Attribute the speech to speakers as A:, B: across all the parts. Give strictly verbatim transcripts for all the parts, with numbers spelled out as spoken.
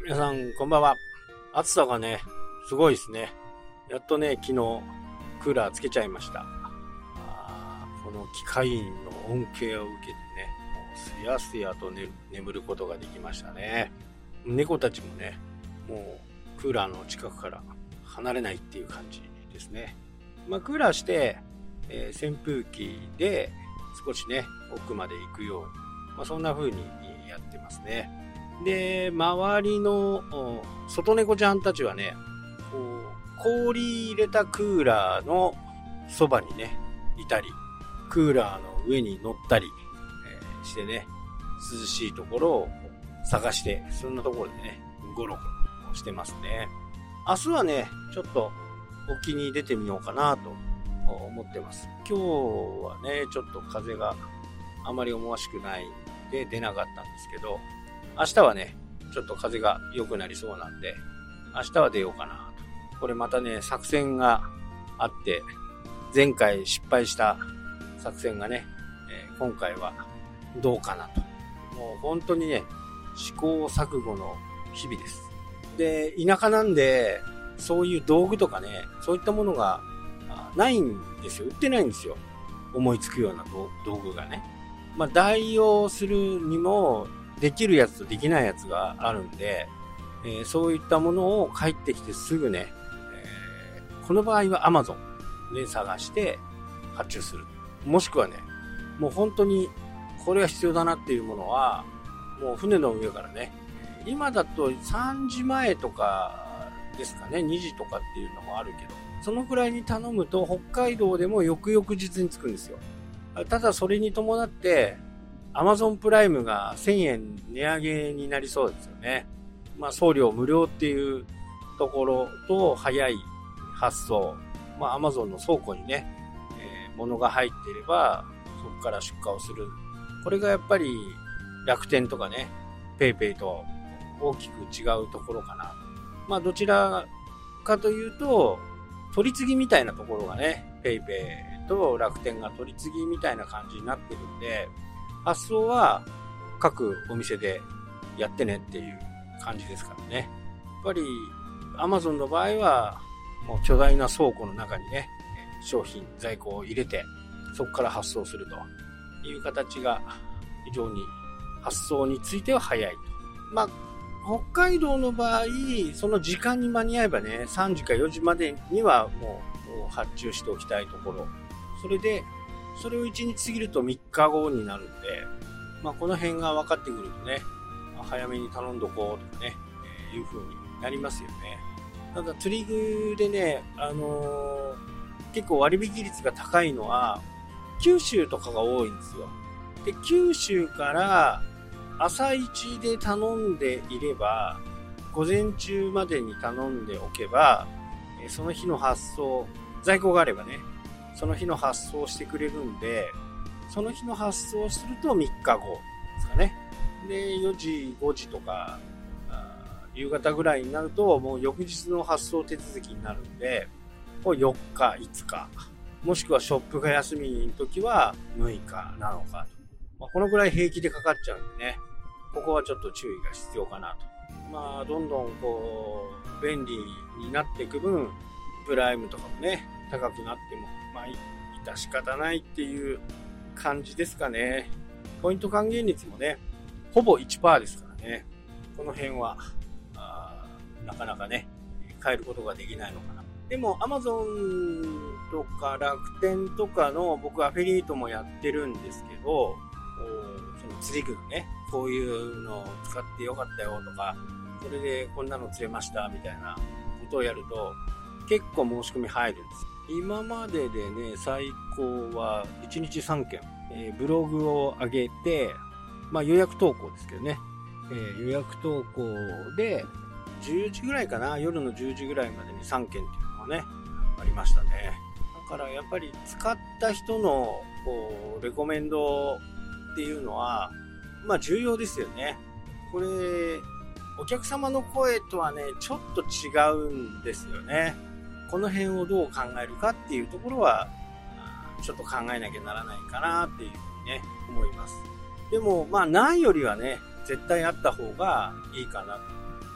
A: 皆さんこんばんは。暑さがねすごいですね。やっとね昨日クーラーつけちゃいました。あこの機械音の恩恵を受けてね、もうすやすやと、ね、眠ることができましたね。猫たちもねもうクーラーの近くから離れないっていう感じですね。まあクーラーして、えー、扇風機で少しね奥まで行くように、まあ、そんな風にやってますね。で周りの外猫ちゃんたちはねこう氷入れたクーラーのそばにねいたり、クーラーの上に乗ったり、えー、してね涼しいところを探して、そんなところでねゴロゴロしてますね。明日はねちょっと沖に出てみようかなと思ってます。今日はねちょっと風があまり思わしくないんで出なかったんですけど、明日はねちょっと風が良くなりそうなんで明日は出ようかなと。これまたね作戦があって、前回失敗した作戦がね、えー、今回はどうかなと。もう本当にね試行錯誤の日々です。で田舎なんでそういう道具とかねそういったものがないんですよ。売ってないんですよ、思いつくような道具がね。まあ代用するにもできるやつとできないやつがあるんで、えー、そういったものを帰ってきてすぐね、えー、この場合は Amazon で探して発注する。もしくはねもう本当にこれは必要だなっていうものはもう船の上からね、今だとさんじまえとかですかね、にじとかっていうのもあるけど、そのくらいに頼むと北海道でも翌々日に着くんですよ。ただそれに伴ってAmazon プライムがせんえん値上げになりそうですよね。まあ送料無料っていうところと早い発送、まあ Amazon の倉庫にね、えー、物が入っていればそこから出荷をする。これがやっぱり楽天とかね、ペイペイと大きく違うところかな。まあどちらかというと取り次ぎみたいなところがね、ペイペイと楽天が取り次ぎみたいな感じになってるんで、発送は各お店でやってねっていう感じですからね。やっぱり Amazon の場合はもう巨大な倉庫の中にね商品在庫を入れてそこから発送するという形が非常に発送については早いと。まあ北海道の場合その時間に間に合えばねさんじかよじまでにはもう発注しておきたいところ、それでそれをいちにち過ぎるとみっかごになるんで、まあ、この辺が分かってくるとね早めに頼んどこうとかね、えー、いう風になりますよね。ただ釣り具でね、あのー、結構割引率が高いのは九州とかが多いんですよ。で九州から朝一で頼んでいれば午前中までに頼んでおけばその日の発送在庫があればねその日の発送してくれるんで、その日の発送するとみっかごですかね。でよじごじとか夕方ぐらいになるともう翌日の発送手続きになるんで、これよっかいつかもしくはショップが休みの時はむいかなのかと、まあ、このぐらい平気でかかっちゃうんでね、ここはちょっと注意が必要かなと。まあどんどんこう便利になっていく分プライムとかもね高くなってもまあ致し方ないっていう感じですかね。ポイント還元率もねほぼ いちパーセント ですからね、この辺はあなかなかね変えることができないのかな。でも Amazon とか楽天とかの僕アフィリエイトもやってるんですけど、その釣り具のねこういうのを使ってよかったよとか、それでこんなの釣れましたみたいなことをやると結構申し込み入るんです。今まででね最高はいちにちさんけん、えー、ブログを上げて、まあ予約投稿ですけどね、えー、予約投稿でじゅうじぐらいかな、夜のじゅうじぐらいまでにさんけんっていうのがねありましたね。だからやっぱり使った人のこうレコメンドっていうのはまあ重要ですよね。これお客様の声とはねちょっと違うんですよね。この辺をどう考えるかっていうところはちょっと考えなきゃならないかなっていうふうにね思います。でもまあないよりはね絶対あった方がいいかな。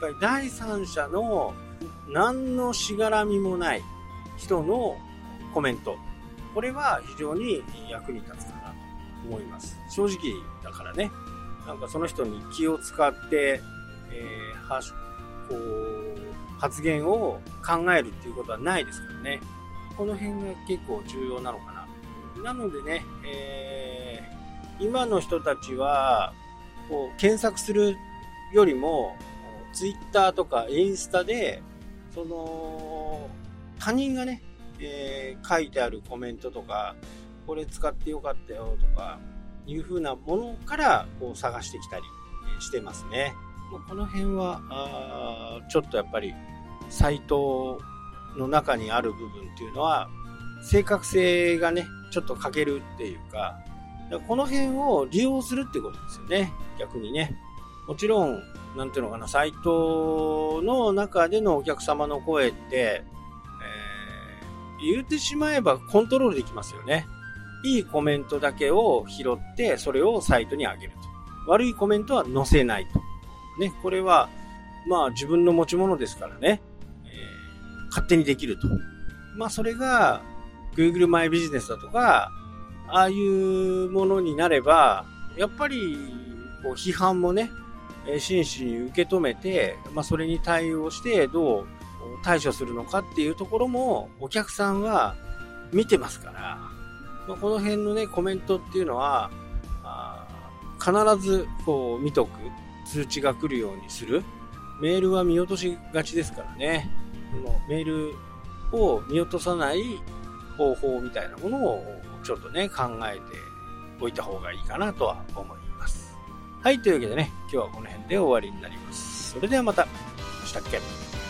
A: ぱり第三者の何のしがらみもない人のコメント、これは非常に役に立つかなと思います。正直だからね、なんかその人に気を使って、えー、はこう発言を考えるっていうことはないですからね。この辺が結構重要なのかな。なのでね、えー、今の人たちはこう検索するよりもツイッターとかインスタでその他人がね、えー、書いてあるコメントとか、これ使ってよかったよとかいう風なものからこう探してきたりしてますね。この辺はあちょっとやっぱりサイトの中にある部分っていうのは正確性がねちょっと欠けるっていうか、この辺を利用するってことですよね。逆にね、もちろんなんていうのかな、サイトの中でのお客様の声って、えー、言ってしまえばコントロールできますよね。いいコメントだけを拾ってそれをサイトに上げると、悪いコメントは載せないとね、これはまあ自分の持ち物ですからね、えー、勝手にできると。まあそれが Google マイビジネスだとかああいうものになれば、やっぱりこう批判もね真摯に受け止めて、まあそれに対応してどう対処するのかっていうところもお客さんは見てますから、まあ、この辺のねコメントっていうのはあ必ずこう見とく、通知が来るようにする。メールは見落としがちですからね。このメールを見落とさない方法みたいなものをちょっとね考えておいた方がいいかなとは思います。はい、というわけでね、今日はこの辺で終わりになります。それではまた。したっけ。